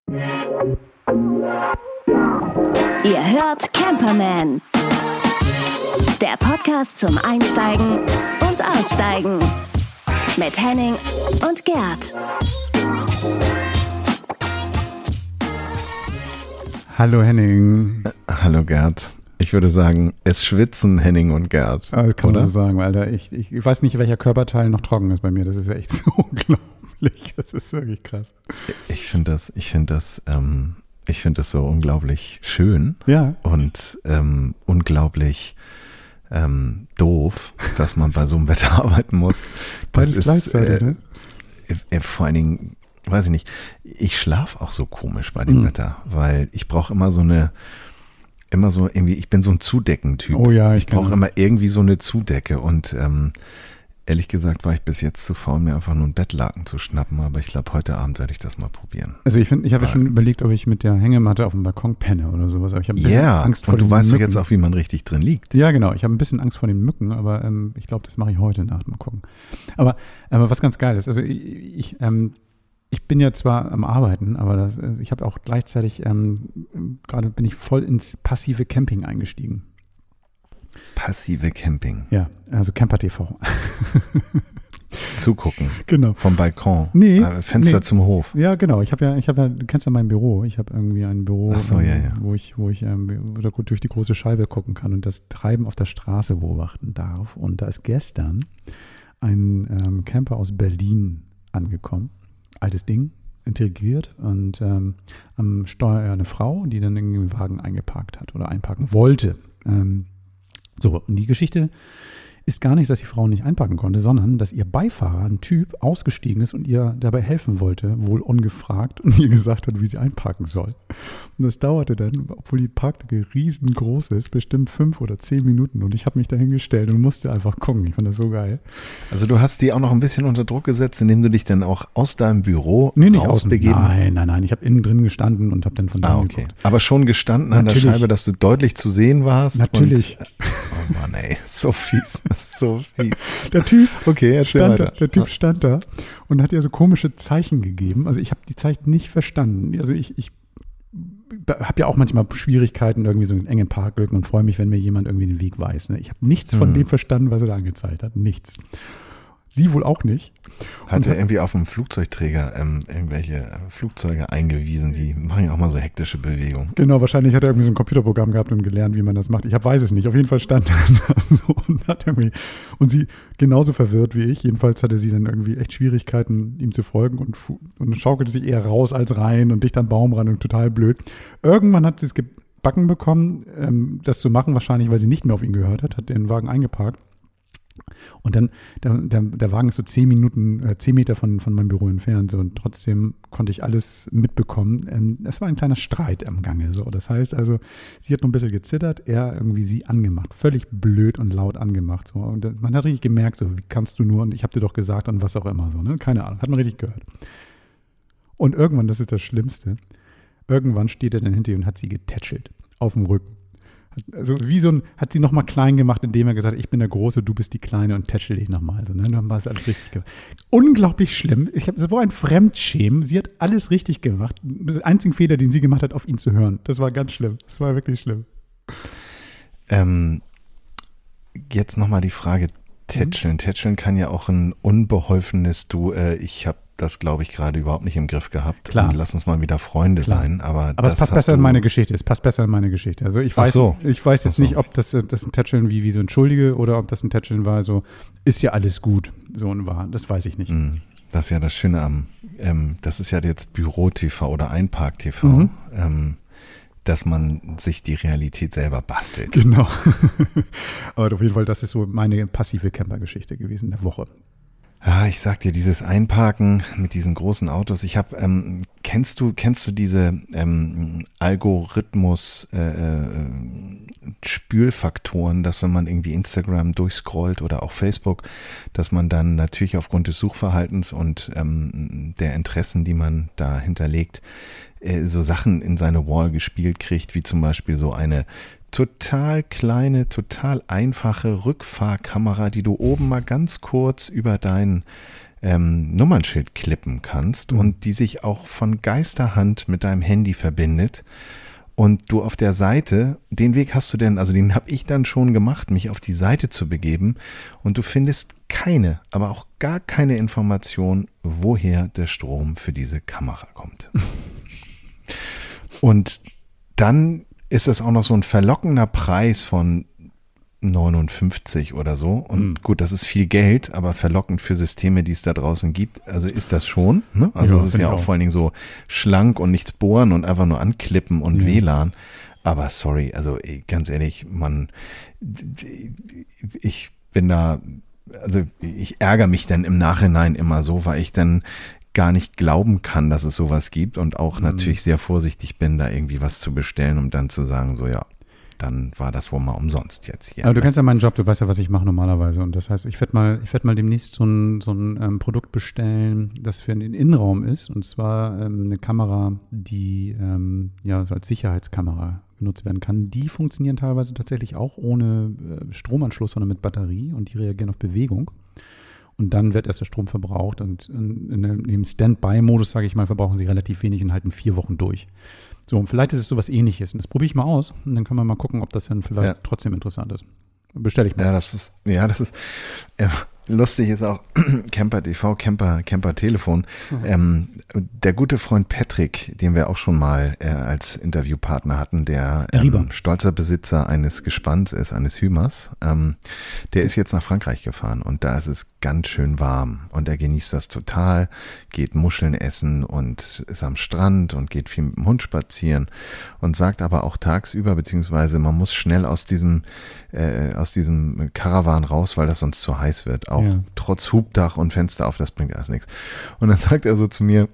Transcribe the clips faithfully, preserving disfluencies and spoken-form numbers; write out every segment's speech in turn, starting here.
Ihr hört Camperman, der Podcast zum Einsteigen und Aussteigen mit Henning und Gerd. Hallo Henning. Hallo Gerd. Ich würde sagen, es schwitzen Henning und Gerd. Das kann oder? man so sagen, Alter. Ich, ich, ich weiß nicht, welcher Körperteil noch trocken ist bei mir. Das ist ja echt so unglaublich. Das ist wirklich krass. Ich finde das, ich finde das, ähm, ich finde das so unglaublich schön. Ja. Und ähm, unglaublich ähm, doof, dass man bei so einem Wetter arbeiten muss. Beides gleichzeitig, äh, ne? Äh, vor allen Dingen, weiß ich nicht, ich schlafe auch so komisch bei dem Mhm. Wetter, weil ich brauche immer so eine Immer so irgendwie, ich bin so ein Zudecken-Typ. Oh ja, ich Ich brauche kann- immer irgendwie so eine Zudecke und ähm, ehrlich gesagt war ich bis jetzt zu faul, mir einfach nur ein Bettlaken zu schnappen, aber ich glaube, heute Abend werde ich das mal probieren. Also ich finde, ich habe ja Weil- schon überlegt, ob ich mit der Hängematte auf dem Balkon penne oder sowas. Aber ich habe ein bisschen Ja, Angst vor und du den weißt doch Mücken. jetzt auch, wie man richtig drin liegt. Ja, genau. Ich habe ein bisschen Angst vor den Mücken, aber ähm, ich glaube, das mache ich heute Nacht. Mal gucken. Aber, aber was ganz geil ist, also ich, ich, ähm, ich bin ja zwar am Arbeiten, aber das, äh, ich habe auch gleichzeitig, ähm, gerade bin ich voll ins passive Camping eingestiegen. Passive Camping. Ja, also Camper T V. Zugucken. Genau. Vom Balkon. Nee, Äh, Fenster nee. zum Hof. Ja, genau. Ich habe ja, ich habe ja, du kennst ja mein Büro. Ich habe irgendwie ein Büro, Ach so, ähm, ja, ja. wo ich, wo ich ähm, wo da gut durch die große Scheibe gucken kann und das Treiben auf der Straße beobachten darf. Und da ist gestern ein ähm, Camper aus Berlin angekommen. Altes Ding, integriert und ähm, am Steuer eine Frau, die dann irgendwie den Wagen eingeparkt hat oder einparken wollte. Ähm, so, und die Geschichte ist gar nicht, dass die Frau nicht einparken konnte, sondern dass ihr Beifahrer, ein Typ, ausgestiegen ist und ihr dabei helfen wollte, wohl ungefragt, und ihr gesagt hat, wie sie einparken soll. Und das dauerte dann, obwohl die Parklücke riesengroß ist, bestimmt fünf oder zehn Minuten. Und ich habe mich da hingestellt und musste einfach gucken. Ich fand das so geil. Also du hast die auch noch ein bisschen unter Druck gesetzt, indem du dich dann auch aus deinem Büro Nee, nicht außen. rausbegeben hast. Nein, nein, nein. Ich habe innen drin gestanden und habe dann von da Ah, okay. geguckt. Aber schon gestanden Natürlich. an der Scheibe, dass du deutlich zu sehen warst. Natürlich. Und, oh Mann, ey, so fies, das ist so fies. Der Typ Okay, erzähl stand da, weiter. der Typ stand da und hat ihr so komische Zeichen gegeben. Also ich habe die Zeichen nicht verstanden. Also ich, ich habe ja auch manchmal Schwierigkeiten irgendwie so in engen Parklücken und freue mich, wenn mir jemand irgendwie den Weg weiß. Ne? Ich habe nichts von Hm. dem verstanden, was er da angezeigt hat. Nichts. Sie wohl auch nicht. Hat Und er irgendwie auf dem Flugzeugträger ähm, irgendwelche äh, Flugzeuge eingewiesen, die machen ja auch mal so hektische Bewegungen. Genau, wahrscheinlich hat er irgendwie so ein Computerprogramm gehabt und gelernt, wie man das macht. Ich hab, weiß es nicht. Auf jeden Fall stand er da so und hat irgendwie, und sie genauso verwirrt wie ich. Jedenfalls hatte sie dann irgendwie echt Schwierigkeiten, ihm zu folgen und, fu- und schaukelte sich eher raus als rein und dicht am Baum ran und total blöd. Irgendwann hat sie es gebacken bekommen, ähm, das zu machen, wahrscheinlich, weil sie nicht mehr auf ihn gehört hat, hat den Wagen eingeparkt. Und dann, der, der, der Wagen ist so zehn Minuten, äh, zehn Meter von, von meinem Büro entfernt, so, und trotzdem konnte ich alles mitbekommen. Ähm, es war ein kleiner Streit am Gange, so. Das heißt also, sie hat noch ein bisschen gezittert, er irgendwie sie angemacht, völlig blöd und laut angemacht, so. Und man hat richtig gemerkt, so, wie kannst du nur, und ich habe dir doch gesagt und was auch immer, so, ne? Keine Ahnung, hat man richtig gehört. Und irgendwann, das ist das Schlimmste, irgendwann steht er dann hinter ihr und hat sie getätschelt auf dem Rücken. Also wie so ein, hat sie nochmal klein gemacht, indem er gesagt hat, ich bin der Große, du bist die Kleine und tätschel dich nochmal. So, ne? Dann war es alles richtig gemacht. Unglaublich schlimm. Ich habe so ein Fremdschämen. Sie hat alles richtig gemacht. Der einzige Fehler, den sie gemacht hat, auf ihn zu hören. Das war ganz schlimm. Das war wirklich schlimm. Ähm, jetzt nochmal die Frage, tätscheln. Tätscheln kann ja auch ein unbeholfenes Du, äh, ich habe das, glaube ich, gerade überhaupt nicht im Griff gehabt. Klar. Und lass uns mal wieder Freunde Klar. sein. Aber, Aber es das passt hast besser in du- meine Geschichte. Es passt besser in meine Geschichte. Also ich Ach weiß, so. ich weiß jetzt Ach so. nicht, ob das, das ein Tätscheln wie, wie so Entschuldige oder ob das ein Tätscheln war, so ist ja alles gut. So und war. Das weiß ich nicht. Mm, Das ist ja das Schöne am, ähm, das ist ja jetzt Büro-T V oder Einpark-T V, Mhm. ähm, dass man sich die Realität selber bastelt. Genau. Aber auf jeden Fall, das ist so meine passive Camper-Geschichte gewesen der Woche. Ja, ich sag dir, dieses Einparken mit diesen großen Autos, ich habe, ähm, kennst du, kennst du diese ähm, Algorithmus äh, äh, Spülfaktoren, dass wenn man irgendwie Instagram durchscrollt oder auch Facebook, dass man dann natürlich aufgrund des Suchverhaltens und ähm, der Interessen, die man da hinterlegt, äh, so Sachen in seine Wall gespielt kriegt, wie zum Beispiel so eine total kleine, total einfache Rückfahrkamera, die du oben mal ganz kurz über dein, ähm, Nummernschild klippen kannst mhm. und die sich auch von Geisterhand mit deinem Handy verbindet. Und du auf der Seite, den Weg hast du denn, also den habe ich dann schon gemacht, mich auf die Seite zu begeben und du findest keine, aber auch gar keine Information, woher der Strom für diese Kamera kommt. Und dann ist es auch noch so ein verlockender Preis von neunundfünfzig oder so. Und mhm. gut, das ist viel Geld, aber verlockend für Systeme, die es da draußen gibt. Also ist das schon. Ne? Also ja, es ist ja auch, auch vor allen Dingen so schlank und nichts bohren und einfach nur anklippen und ja. W L A N. Aber sorry, also ganz ehrlich, man, ich bin da, also ich ärgere mich dann im Nachhinein immer so, weil ich dann gar nicht glauben kann, dass es sowas gibt und auch mhm. natürlich sehr vorsichtig bin, da irgendwie was zu bestellen, um dann zu sagen, so ja, dann war das wohl mal umsonst jetzt hier. Aber du kennst ja meinen Job, du weißt ja, was ich mache normalerweise. Und das heißt, ich werde mal, ich werde mal demnächst so ein, so ein ähm, Produkt bestellen, das für den Innenraum ist. Und zwar ähm, eine Kamera, die ähm, ja so als Sicherheitskamera genutzt werden kann. Die funktionieren teilweise tatsächlich auch ohne äh, Stromanschluss, sondern mit Batterie und die reagieren auf Bewegung. Und dann wird erst der Strom verbraucht. Und in, in, in dem Standby-Modus, sage ich mal, verbrauchen sie relativ wenig und halten vier Wochen durch. So, und vielleicht ist es sowas Ähnliches. Und das probiere ich mal aus. Und dann kann man mal gucken, ob das dann vielleicht ja. trotzdem interessant ist. Bestelle ich mal. Ja, das ist, ja, das ist, ja, lustig ist auch Camper T V, Camper, Camper Telefon. Mhm. Ähm, der gute Freund Patrick, den wir auch schon mal äh, als Interviewpartner hatten, der ähm, stolzer Besitzer eines Gespanns ist, eines Hümers, ähm, der ist jetzt nach Frankreich gefahren und da ist es ganz schön warm und er genießt das total, geht Muscheln essen und ist am Strand und geht viel mit dem Hund spazieren und sagt aber auch tagsüber, beziehungsweise man muss schnell aus diesem äh, aus diesem Caravan raus, weil das sonst zu heiß wird. Auch ja. trotz Hubdach und Fenster auf, das bringt alles nichts. Und dann sagt er so zu mir,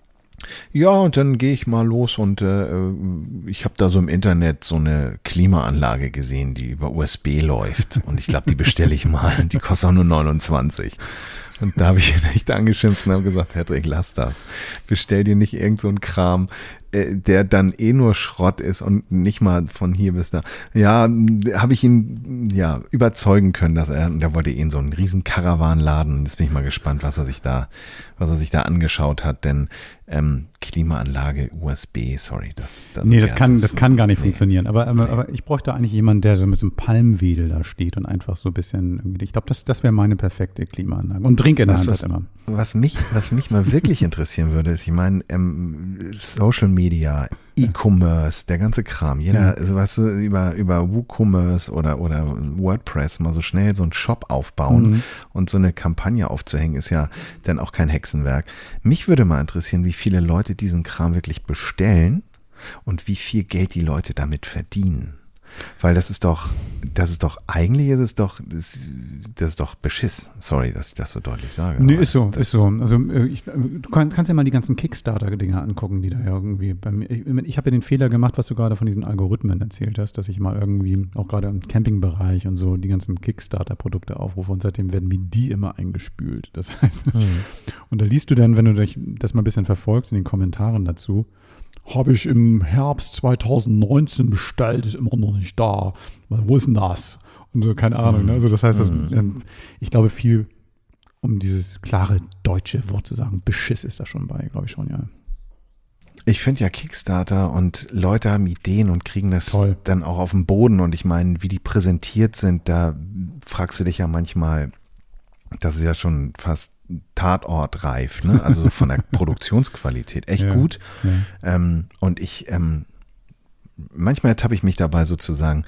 ja, und dann gehe ich mal los und äh, ich habe da so im Internet so eine Klimaanlage gesehen, die über U S B läuft. Und ich glaube, die bestelle ich mal. Die kostet auch nur neunundzwanzig. Und da habe ich ihn echt angeschimpft und habe gesagt, Patrick, lass das. Bestell dir nicht irgend so einen Kram, äh, der dann eh nur Schrott ist und nicht mal von hier bis da. Ja, habe ich ihn ja überzeugen können, dass er, der wollte eh in so einen riesen Caravan laden. Jetzt bin ich mal gespannt, was er sich da, was er sich da angeschaut hat, denn ähm, Klimaanlage U S B, sorry, das, das nee, das kann, das, das kann gar nicht nee. funktionieren. Aber, aber, nee. aber ich bräuchte eigentlich jemanden, der so mit so einem Palmwedel da steht und einfach so ein bisschen, ich glaube, das, das wäre meine perfekte Klimaanlage. Und Trink in der Hand was, immer. Was mich, was mich mal wirklich interessieren würde, ist, ich meine, ähm, Social Media, E-Commerce, der ganze Kram, jeder, ja. also weißt du, über, über WooCommerce oder, oder WordPress mal so schnell so einen Shop aufbauen mhm. und so eine Kampagne aufzuhängen, ist ja dann auch kein Hexenwerk. Mich würde mal interessieren, wie viele Leute diesen Kram wirklich bestellen und wie viel Geld die Leute damit verdienen. Weil das ist doch, das ist doch, eigentlich ist es doch, das, das ist doch Beschiss. Sorry, dass ich das so deutlich sage. Nee, ist so, ist so. Also ich, du kannst, kannst ja mal die ganzen Kickstarter-Dinger angucken, die da ja irgendwie bei mir, ich, ich habe ja den Fehler gemacht, was du gerade von diesen Algorithmen erzählt hast, dass ich mal irgendwie, auch gerade im Campingbereich und so, die ganzen Kickstarter-Produkte aufrufe und seitdem werden mir die immer eingespült. Das heißt, mhm. und da liest du dann, wenn du dich das mal ein bisschen verfolgst in den Kommentaren dazu, habe ich im Herbst zweitausendneunzehn bestellt, ist immer noch nicht da. Wo ist denn das? Und so, keine Ahnung. Mm. Ne? Also das heißt, das, ähm, ich glaube viel, um dieses klare deutsche Wort zu sagen, Beschiss ist da schon bei, glaube ich schon, ja. Ich finde ja Kickstarter und Leute haben Ideen und kriegen das Toll. Dann auch auf den Boden. Und ich meine, wie die präsentiert sind, da fragst du dich ja manchmal, das ist ja schon fast tatortreif, ne? Also so von der Produktionsqualität echt ja, gut. Ja. Ähm, und ich, ähm, manchmal ertappe ich mich dabei sozusagen,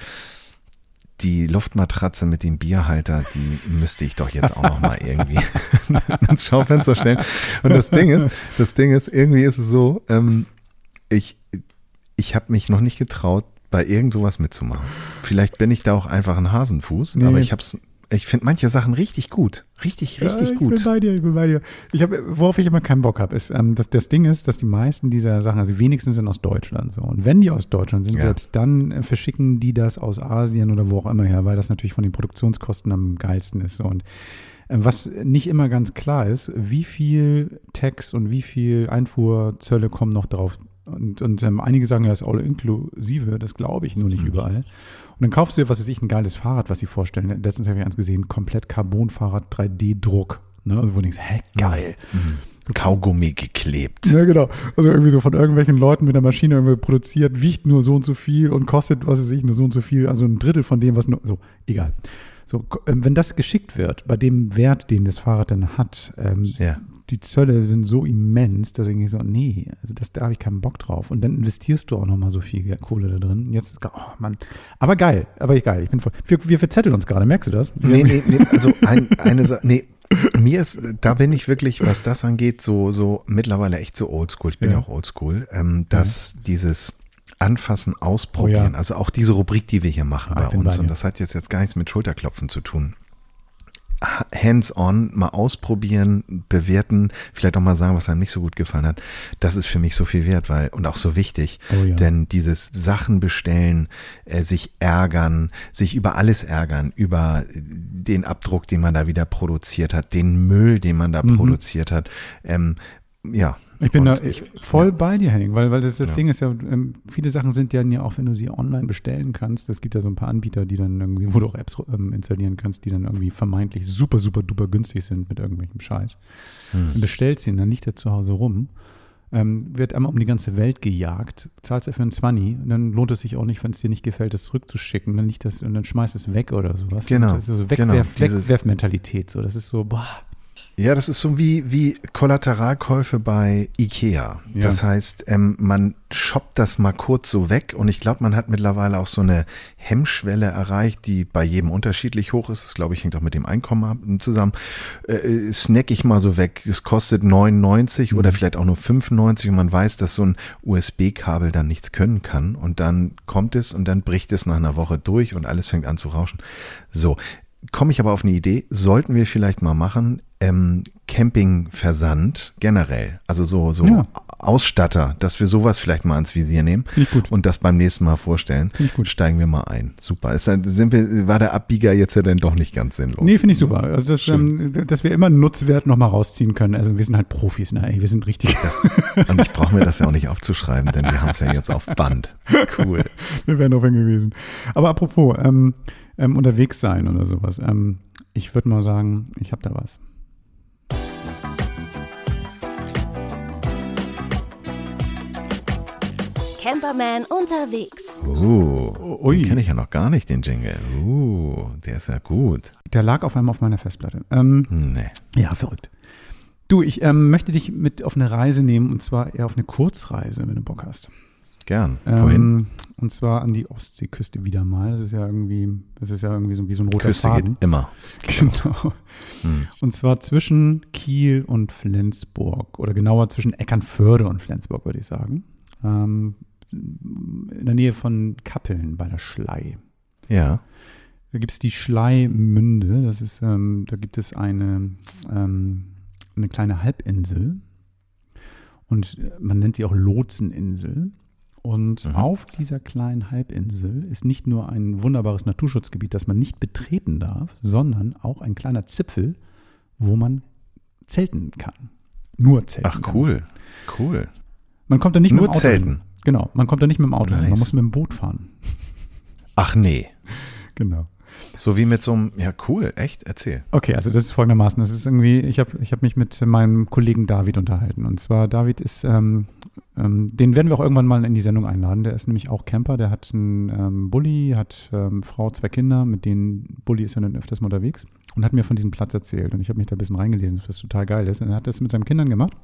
die Luftmatratze mit dem Bierhalter, die müsste ich doch jetzt auch noch mal irgendwie ins Schaufenster stellen. Und das Ding ist, das Ding ist, irgendwie ist es so, ähm, ich, ich habe mich noch nicht getraut, bei irgend sowas mitzumachen. Vielleicht bin ich da auch einfach ein Hasenfuß, nee. aber ich habe es Ich finde manche Sachen richtig gut. Richtig, richtig ja, ich gut. Ich bin bei dir, ich bin bei dir. Ich hab, worauf ich immer keinen Bock habe, ist, ähm, dass das Ding ist, dass die meisten dieser Sachen, also die wenigsten sind aus Deutschland so. Und wenn die aus Deutschland sind, ja. selbst dann äh, verschicken die das aus Asien oder wo auch immer her, weil das natürlich von den Produktionskosten am geilsten ist. So. Und äh, was nicht immer ganz klar ist, wie viel Tax und wie viel Einfuhrzölle kommen noch drauf. Und, und ähm, einige sagen ja, das ist all inklusive, das glaube ich nur nicht mhm. überall. Und dann kaufst du dir, was weiß ich, ein geiles Fahrrad, was sie vorstellen. Letztens habe ich eins gesehen, komplett Carbon-Fahrrad, drei D Druck. Ne? Also wo du denkst, hä, geil. Mhm. Kaugummi geklebt. Ja, genau. Also irgendwie so von irgendwelchen Leuten mit der Maschine irgendwie produziert, wiegt nur so und so viel und kostet, was weiß ich, nur so und so viel, also ein Drittel von dem, was nur, so, egal. So, wenn das geschickt wird, bei dem Wert, den das Fahrrad dann hat, ähm, ja. die Zölle sind so immens, dass ich so, nee, also das, da habe ich keinen Bock drauf. Und dann investierst du auch nochmal so viel Kohle da drin. Jetzt, oh Mann, aber geil, aber geil. Ich bin voll, wir, wir verzetteln uns gerade, merkst du das? Nee, nee, nee, also ein, eine Sache, nee, mir ist, da bin ich wirklich, was das angeht, so, so mittlerweile echt so oldschool. Ich bin ja, ja auch oldschool, ähm, dass ja. dieses Anfassen, Ausprobieren, oh ja. also auch diese Rubrik, die wir hier machen ah, bei uns, bei und das hat jetzt, jetzt gar nichts mit Schulterklopfen zu tun. Hands-on, mal ausprobieren, bewerten, vielleicht auch mal sagen, was einem nicht so gut gefallen hat. Das ist für mich so viel wert, weil und auch so wichtig, oh ja. denn dieses Sachen bestellen, äh, sich ärgern, sich über alles ärgern, über den Abdruck, den man da wieder produziert hat, den Müll, den man da mhm. produziert hat, ähm, ja. Ich bin und da ich, voll ja. bei dir, Henning, weil, weil das, das ja. Ding ist ja, ähm, viele Sachen sind ja auch, wenn du sie online bestellen kannst, es gibt ja so ein paar Anbieter, die dann irgendwie, wo du auch Apps ähm, installieren kannst, die dann irgendwie vermeintlich super, super, duper günstig sind mit irgendwelchem Scheiß. Hm. Dann bestellst ihn, dann liegt er zu Hause rum, ähm, wird einmal um die ganze Welt gejagt, zahlst dafür einen Zwanni, und dann lohnt es sich auch nicht, wenn es dir nicht gefällt, das zurückzuschicken, dann liegt das und dann schmeißt es weg oder sowas. Genau. Das ist so Wegwerf, genau. Wegwerfmentalität, so, das ist so, boah. Ja, das ist so wie, wie Kollateralkäufe bei Ikea. Ja. Das heißt, ähm, man shoppt das mal kurz so weg und ich glaube, man hat mittlerweile auch so eine Hemmschwelle erreicht, die bei jedem unterschiedlich hoch ist. Das, glaube ich, hängt auch mit dem Einkommen zusammen. Äh, snack ich mal so weg. Das kostet neunundneunzig mhm. oder vielleicht auch nur fünfundneunzig und man weiß, dass so ein U S B-Kabel dann nichts können kann und dann kommt es und dann bricht es nach einer Woche durch und alles fängt an zu rauschen. So, komme ich aber auf eine Idee, sollten wir vielleicht mal machen, ähm, Campingversand generell, also so, so ja. Ausstatter, dass wir sowas vielleicht mal ans Visier nehmen und das beim nächsten Mal vorstellen. Steigen wir mal ein. Super. Ist, sind wir, war der Abbieger jetzt ja dann doch nicht ganz sinnlos? Nee, finde ich super. Also, das, ähm, dass wir immer einen Nutzwert nochmal rausziehen können. Also, wir sind halt Profis, ne? Ey, wir sind richtig. Das, und ich brauche mir das ja auch nicht aufzuschreiben, denn wir haben es ja jetzt auf Band. Cool. Wir wären auch hingewiesen. Aber apropos, ähm, ähm, unterwegs sein oder sowas. Ähm, ich würde mal sagen, ich habe da was. Camperman unterwegs. Uh, den kenne ich ja noch gar nicht, den Jingle. Uh, der ist ja gut. Der lag auf einmal auf meiner Festplatte. Ähm, nee. Ja, verrückt. Du, ich ähm, möchte dich mit auf eine Reise nehmen und zwar eher auf eine Kurzreise, wenn du Bock hast. Gern. Wohin? Ähm, und zwar an die Ostseeküste wieder mal. Das ist ja irgendwie, das ist ja irgendwie so wie so ein roter Küste Faden. Geht immer. Genau. Hm. Und zwar zwischen Kiel und Flensburg oder genauer zwischen Eckernförde und Flensburg, würde ich sagen. Ähm, in der Nähe von Kappeln bei der Schlei. Ja. Da gibt es die Schleimünde. Das ist, ähm, da gibt es eine, ähm, eine kleine Halbinsel. Und man nennt sie auch Lotseninsel. Und mhm. auf dieser kleinen Halbinsel ist nicht nur ein wunderbares Naturschutzgebiet, das man nicht betreten darf, sondern auch ein kleiner Zipfel, wo man zelten kann. Nur zelten Ach, cool. Kann. Cool. Man kommt da nicht nur mit dem Auto zelten. hin. Genau, man kommt da nicht mit dem Auto nice. hin, man muss mit dem Boot fahren. Ach nee. Genau. So wie mit so einem, ja cool, echt, erzähl. Okay, also das ist folgendermaßen, das ist irgendwie, ich habe ich hab mich mit meinem Kollegen David unterhalten und zwar David ist, ähm, ähm, den werden wir auch irgendwann mal in die Sendung einladen, der ist nämlich auch Camper, der hat einen ähm, Bulli, hat ähm, Frau, zwei Kinder, mit denen Bulli ist ja dann öfters mal unterwegs und hat mir von diesem Platz erzählt und ich habe mich da ein bisschen reingelesen, dass das total geil ist und er hat das mit seinen Kindern gemacht.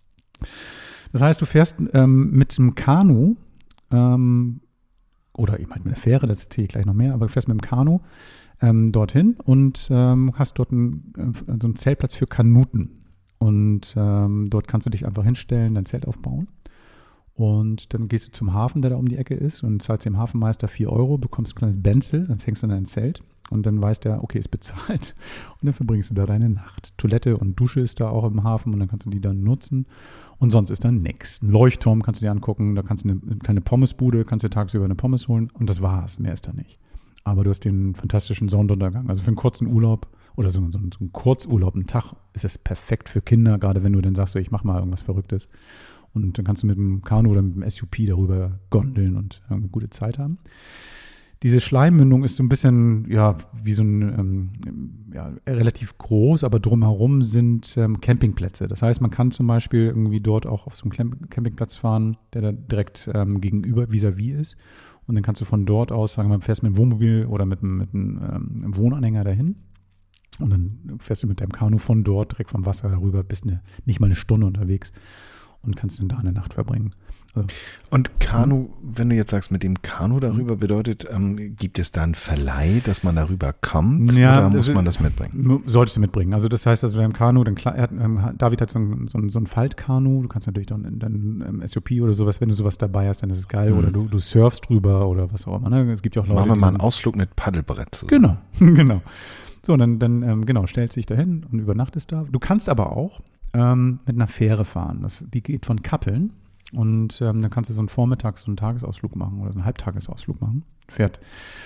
Das heißt, du fährst ähm, mit einem Kanu ähm, oder eben halt mit einer Fähre, das erzähle ich gleich noch mehr, aber du fährst mit dem Kanu ähm, dorthin und ähm, hast dort einen, äh, so einen Zeltplatz für Kanuten. Und ähm, dort kannst du dich einfach hinstellen, dein Zelt aufbauen. Und dann gehst du zum Hafen, der da um die Ecke ist und zahlst dem Hafenmeister vier Euro, bekommst ein kleines Benzel, dann hängst du in dein Zelt und dann weiß der, okay, ist bezahlt und dann verbringst du da deine Nacht. Toilette und Dusche ist da auch im Hafen und dann kannst du die dann nutzen und sonst ist dann nichts. Ein Leuchtturm kannst du dir angucken, da kannst du eine, eine kleine Pommesbude, kannst dir tagsüber eine Pommes holen und das war's, mehr ist da nicht. Aber du hast den fantastischen Sonnenuntergang, also für einen kurzen Urlaub oder so, so, so einen Kurzurlaub, einen Tag, ist es perfekt für Kinder, gerade wenn du dann sagst, so, ich mach mal irgendwas Verrücktes. Und dann kannst du mit dem Kanu oder mit dem S U P darüber gondeln und eine gute Zeit haben. diese Schleimmündung ist so ein bisschen, ja, wie so ein, ähm, ja, relativ groß, aber drumherum sind ähm, Campingplätze. Das heißt, man kann zum Beispiel irgendwie dort auch auf so einen Camp- Campingplatz fahren, der da direkt ähm, gegenüber vis-à-vis ist. Und dann kannst du von dort aus, sagen wir mal, fährst mit dem Wohnmobil oder mit, mit einem ähm, Wohnanhänger dahin. Und dann fährst du mit deinem Kanu von dort direkt vom Wasser darüber, bist eine, nicht mal eine Stunde unterwegs und kannst dann da eine Nacht verbringen. Also, und Kanu, wenn du jetzt sagst, mit dem Kanu darüber bedeutet, ähm, gibt es da einen Verleih, dass man darüber kommt? Ja, oder muss das, man das mitbringen? Solltest du mitbringen. Also das heißt, also beim Kanu, dann klar, er hat, ähm, David hat so ein, so ein, so ein Faltkanu, du kannst natürlich dann, dann ähm, S U P oder sowas, wenn du sowas dabei hast, dann ist es geil. Hm. Oder du, du surfst drüber oder was auch immer. Ne? Es gibt ja auch Leute, machen wir mal einen die, Ausflug mit Paddelbrett zusammen. Genau, genau. So, und dann, dann ähm, genau, stellst dich dahin und übernachtest da. Du kannst aber auch ähm, mit einer Fähre fahren. Das, die geht von Kappeln. Und ähm, dann kannst du so einen Vormittags-, so einen Tagesausflug machen oder so einen Halbtagesausflug machen. Fährt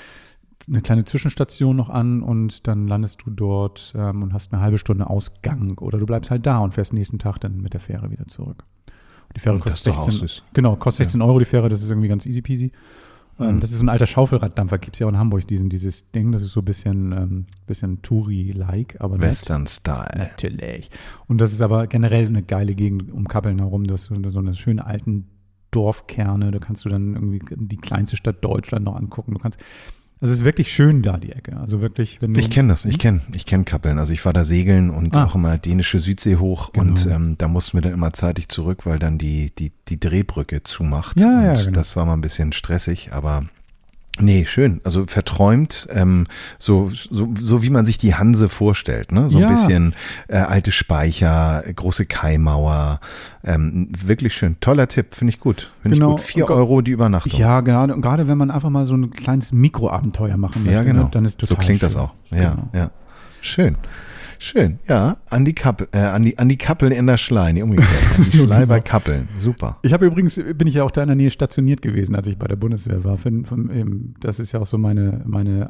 eine kleine Zwischenstation noch an und dann landest du dort ähm, und hast eine halbe Stunde Ausgang. Oder du bleibst halt da und fährst nächsten Tag dann mit der Fähre wieder zurück. Die Fähre und kostet sechzehn, ist. Genau, kostet sechzehn ja. Euro die Fähre, das ist irgendwie ganz easy peasy. Mhm. Das ist so ein alter Schaufelraddampfer, gibt es ja auch in Hamburg, diesen, dieses Ding, das ist so ein bisschen, ähm, bisschen Touri-like. aber Western-Style. Natürlich. Und das ist aber generell eine geile Gegend um Kappeln herum. Du hast so eine, so eine schöne alten Dorfkerne, da kannst du dann irgendwie die kleinste Stadt Deutschland noch angucken. Du kannst, also es ist wirklich schön da, die Ecke. Also wirklich, wenn du. Ich kenne das, ich kenne ich kenn Kappeln. Also ich war da segeln und ah. auch immer dänische Südsee hoch genau. und ähm, da mussten wir dann immer zeitig zurück, weil dann die, die, die Drehbrücke zumacht. Ja, und ja, genau. Das war mal ein bisschen stressig, aber nee, schön. Also verträumt, ähm, so, so, so wie man sich die Hanse vorstellt, ne? So ein ja. bisschen äh, alte Speicher, große Kaimauer. Ähm, wirklich schön. Toller Tipp, finde ich gut. Finde genau. ich gut. Vier Euro die Übernachtung. Ja, genau. Und gerade wenn man einfach mal so ein kleines Mikroabenteuer machen möchte, ja, genau. ne? Dann ist total so klingt schön. Das auch. Ja, genau. ja. Schön. Schön, ja, an die Kappel, äh, an die, an die Kappeln in der Schlei, nee, umgekehrt. An die Schlei bei Kappeln, super. Ich habe übrigens, bin ich ja auch da in der Nähe stationiert gewesen, als ich bei der Bundeswehr war. Für, für, das ist ja auch so meine, meine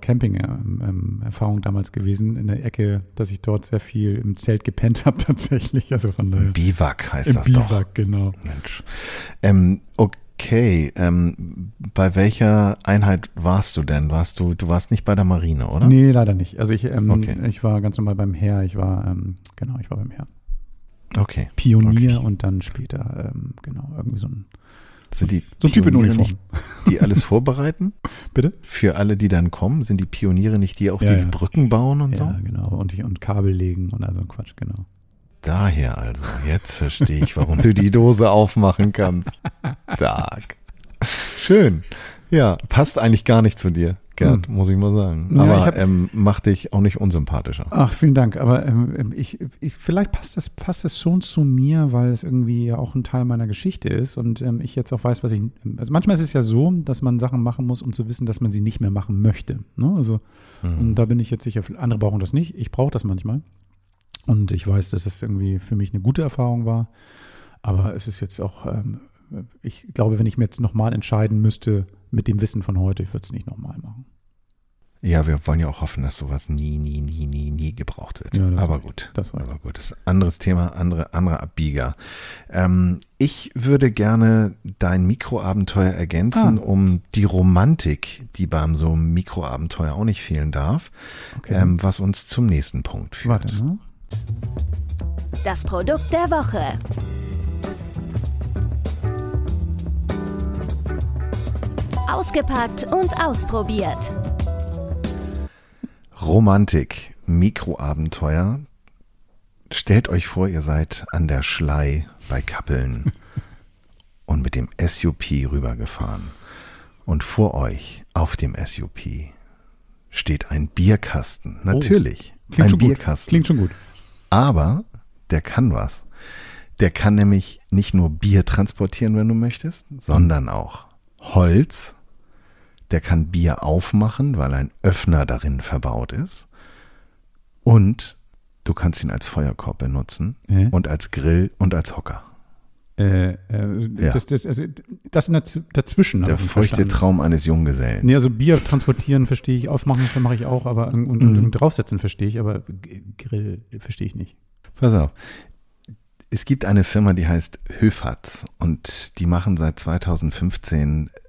Outdoor-Camping-Erfahrung damals gewesen, in der Ecke, dass ich dort sehr viel im Zelt gepennt habe tatsächlich. Also von daher. Biwak heißt Im das Biwak, doch. Genau. Mensch. Ähm, okay. Okay, ähm, bei welcher Einheit warst du denn? Warst du, du warst nicht bei der Marine, oder? Nee, leider nicht. Also ich, ähm, okay. ich war ganz normal beim Heer. Ich war, ähm, genau, ich war beim Heer. Okay. Pionier okay. und dann später, ähm, genau, irgendwie so ein, sind die so ein Typ in Uniform. Nicht, die alles vorbereiten? Bitte? Für alle, die dann kommen, sind die Pioniere nicht die auch, ja, die ja. Brücken bauen und ja, so? Ja, genau. Und, und Kabel legen und also Quatsch, genau. Daher also, jetzt verstehe ich, warum du die Dose aufmachen kannst. Stark. Schön. Ja, passt eigentlich gar nicht zu dir, Gerd, hm. muss ich mal sagen. Ja, aber hab, ähm, macht dich auch nicht unsympathischer. Ach, vielen Dank. Aber ähm, ich, ich, vielleicht passt das, passt das schon zu mir, weil es irgendwie ja auch ein Teil meiner Geschichte ist und ähm, ich jetzt auch weiß, was ich. Also manchmal ist es ja so, dass man Sachen machen muss, um zu wissen, dass man sie nicht mehr machen möchte. Ne? Also hm. und da bin ich jetzt sicher. Andere brauchen das nicht. Ich brauche das manchmal. Und ich weiß, dass es irgendwie für mich eine gute Erfahrung war. Aber es ist jetzt auch. Ähm, Ich glaube, wenn ich mir jetzt nochmal entscheiden müsste mit dem Wissen von heute, ich würde es nicht nochmal machen. Ja, wir wollen ja auch hoffen, dass sowas nie, nie, nie, nie, nie gebraucht wird. Ja, das aber war, gut, das war aber gut, das ist ein anderes Thema, andere, andere Abbieger. Ähm, ich würde gerne dein Mikroabenteuer ergänzen, ah. um die Romantik, die beim so einem Mikroabenteuer auch nicht fehlen darf, okay. ähm, was uns zum nächsten Punkt führt. Warte, ne? Das Produkt der Woche. Ausgepackt und ausprobiert. Romantik, Mikroabenteuer. Stellt euch vor, ihr seid an der Schlei bei Kappeln und mit dem S U P rübergefahren. Und vor euch auf dem S U P steht ein Bierkasten. Natürlich, oh, klingt ein schon Bierkasten. Gut. Klingt schon gut. Aber der kann was. Der kann nämlich nicht nur Bier transportieren, wenn du möchtest, sondern auch Holz. Der kann Bier aufmachen, weil ein Öffner darin verbaut ist. Und du kannst ihn als Feuerkorb benutzen äh? und als Grill und als Hocker. Äh, äh, ja. das, das, also, das dazwischen. Der feuchte verstanden. Traum eines Junggesellen. Nee, also Bier transportieren verstehe ich, aufmachen mache ich auch, aber und, und, mhm. und draufsetzen verstehe ich, aber Grill verstehe ich nicht. Pass auf. Es gibt eine Firma, die heißt Höfatz und die machen seit zweitausendfünfzehn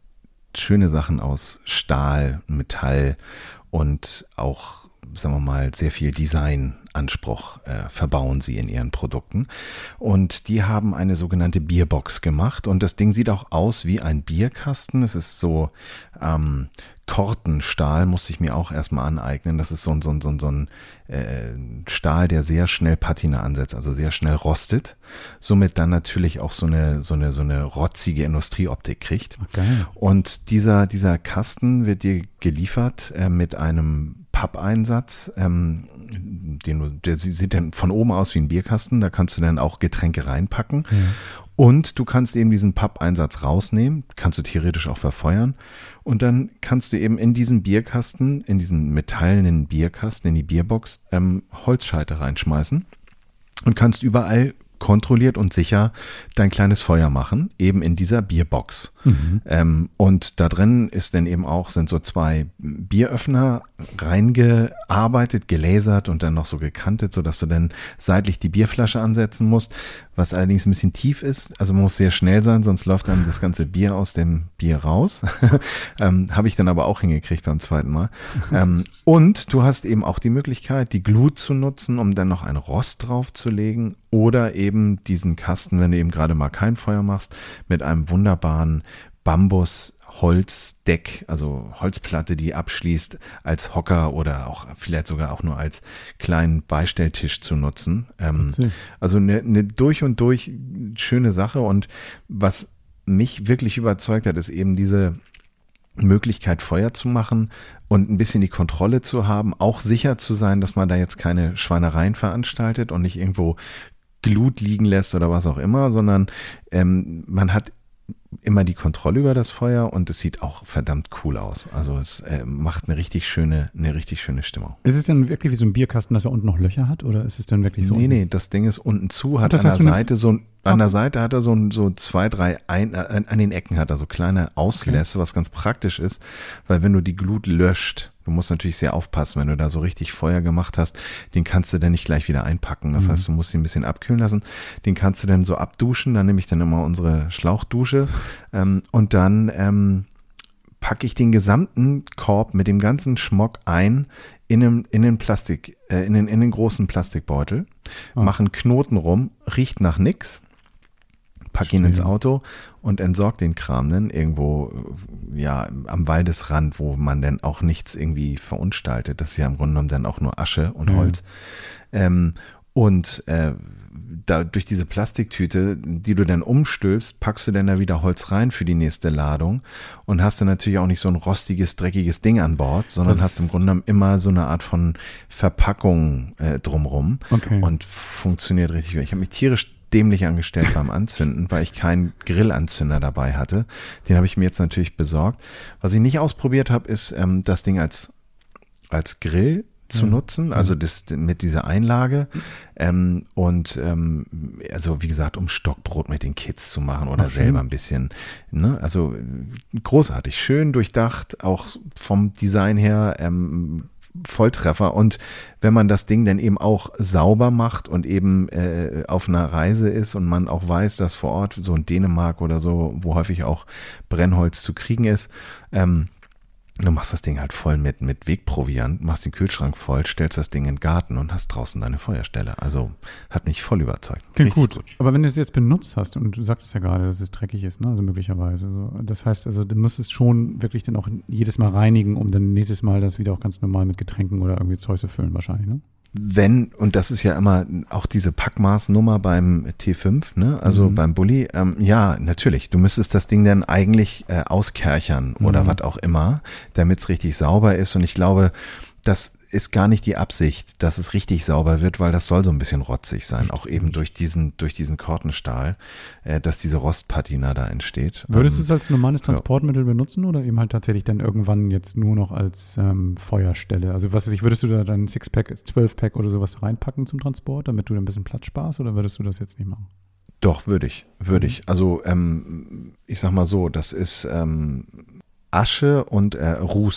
schöne Sachen aus Stahl, Metall und auch, sagen wir mal, sehr viel Designanspruch äh, verbauen sie in ihren Produkten. Und die haben eine sogenannte Bierbox gemacht und das Ding sieht auch aus wie ein Bierkasten. Es ist so ähm, Kortenstahl, musste ich mir auch erstmal aneignen. Das ist so ein, so ein, so ein, so ein äh, Stahl, der sehr schnell Patina ansetzt, also sehr schnell rostet. Somit dann natürlich auch so eine, so eine, so eine rotzige Industrieoptik kriegt. Okay. Und dieser, dieser Kasten wird dir geliefert äh, mit einem Pappeinsatz, ähm, den du, der sieht dann von oben aus wie ein Bierkasten, da kannst du dann auch Getränke reinpacken. Ja. Und du kannst eben diesen Pappeinsatz rausnehmen, kannst du theoretisch auch verfeuern. Und dann kannst du eben in diesen Bierkasten, in diesen metallenen Bierkasten, in die Bierbox, ähm, Holzscheite reinschmeißen und kannst überall kontrolliert und sicher dein kleines Feuer machen, eben in dieser Bierbox. Mhm. Ähm, und da drin ist dann eben auch, sind so zwei Bieröffner reingearbeitet, gelasert und dann noch so gekantet, sodass du dann seitlich die Bierflasche ansetzen musst, was allerdings ein bisschen tief ist. Also man muss sehr schnell sein, sonst läuft dann das ganze Bier aus dem Bier raus. ähm, habe ich dann aber auch hingekriegt beim zweiten Mal. ähm, und du hast eben auch die Möglichkeit, die Glut zu nutzen, um dann noch ein Rost draufzulegen oder eben diesen Kasten, wenn du eben gerade mal kein Feuer machst, mit einem wunderbaren Bambus-Holzdeck, also Holzplatte, die abschließt, als Hocker oder auch vielleicht sogar auch nur als kleinen Beistelltisch zu nutzen. Ähm, also eine, eine durch und durch schöne Sache und was mich wirklich überzeugt hat, ist eben diese Möglichkeit, Feuer zu machen und ein bisschen die Kontrolle zu haben, auch sicher zu sein, dass man da jetzt keine Schweinereien veranstaltet und nicht irgendwo Glut liegen lässt oder was auch immer, sondern ähm, man hat immer die Kontrolle über das Feuer und es sieht auch verdammt cool aus. Also es äh, macht eine richtig schöne, eine richtig schöne Stimmung. Ist es denn wirklich wie so ein Bierkasten, dass er unten noch Löcher hat oder ist es dann wirklich so? Nee, nee, das Ding ist unten zu, hat Ach, an der Seite so, an der Seite hat er so, so zwei, drei, ein, an, an den Ecken hat er so kleine Auslässe, okay. Was ganz praktisch ist, weil wenn du die Glut löscht, du musst natürlich sehr aufpassen, wenn du da so richtig Feuer gemacht hast, den kannst du dann nicht gleich wieder einpacken. Das mhm. heißt, du musst ihn ein bisschen abkühlen lassen. Den kannst du dann so abduschen, dann nehme ich dann immer unsere Schlauchdusche ähm, und dann ähm, packe ich den gesamten Korb mit dem ganzen Schmock ein in den, in den Plastik, äh, in den, in den großen Plastikbeutel, oh. mache einen Knoten rum, riecht nach nix, pack ihn ins Auto und entsorg den Kram dann irgendwo ja am Waldesrand, wo man dann auch nichts irgendwie verunstaltet. Das ist ja im Grunde genommen dann auch nur Asche und Holz. Mhm. Ähm, und äh, da durch diese Plastiktüte, die du dann umstülpst, packst du dann da wieder Holz rein für die nächste Ladung und hast dann natürlich auch nicht so ein rostiges, dreckiges Ding an Bord, sondern das hast im Grunde genommen immer so eine Art von Verpackung äh, drumrum okay. und funktioniert richtig gut. Ich habe mich tierisch dämlich angestellt beim Anzünden, weil ich keinen Grillanzünder dabei hatte. Den habe ich mir jetzt natürlich besorgt. Was ich nicht ausprobiert habe, ist ähm, das Ding als, als Grill zu ja. nutzen, also das mit dieser Einlage ähm, und ähm, also wie gesagt, um Stockbrot mit den Kids zu machen oder Ach, selber ein bisschen, ne? Also großartig, schön durchdacht, auch vom Design her ähm, Volltreffer und wenn man das Ding dann eben auch sauber macht und eben äh, auf einer Reise ist und man auch weiß, dass vor Ort so in Dänemark oder so, wo häufig auch Brennholz zu kriegen ist, ähm, du machst das Ding halt voll mit, mit Wegproviant, machst den Kühlschrank voll, stellst das Ding in den Garten und hast draußen deine Feuerstelle. Also hat mich voll überzeugt. Klingt gut. gut. Aber wenn du es jetzt benutzt hast und du sagtest ja gerade, dass es dreckig ist, ne? Also möglicherweise. Das heißt also, du müsstest schon wirklich dann auch jedes Mal reinigen, um dann nächstes Mal das wieder auch ganz normal mit Getränken oder irgendwie Zeug zu füllen wahrscheinlich, ne? Wenn, und das ist ja immer auch diese Packmaßnummer beim T fünf, ne, also mhm. beim Bulli, ähm, ja, natürlich, du müsstest das Ding dann eigentlich äh, auskerchern mhm. oder was auch immer, damit es richtig sauber ist und ich glaube, das ist gar nicht die Absicht, dass es richtig sauber wird, weil das soll so ein bisschen rotzig sein, auch eben durch diesen, durch diesen Kortenstahl, äh, dass diese Rostpatina da entsteht. Würdest ähm, du es als normales Transportmittel ja. benutzen oder eben halt tatsächlich dann irgendwann jetzt nur noch als ähm, Feuerstelle? Also was weiß ich, würdest du da dann Sixpack, zwölf-Pack oder sowas reinpacken zum Transport, damit du ein bisschen Platz sparst oder würdest du das jetzt nicht machen? Doch, würde ich, würde ich. Also ähm, ich sag mal so, das ist ähm, Asche und äh, Ruß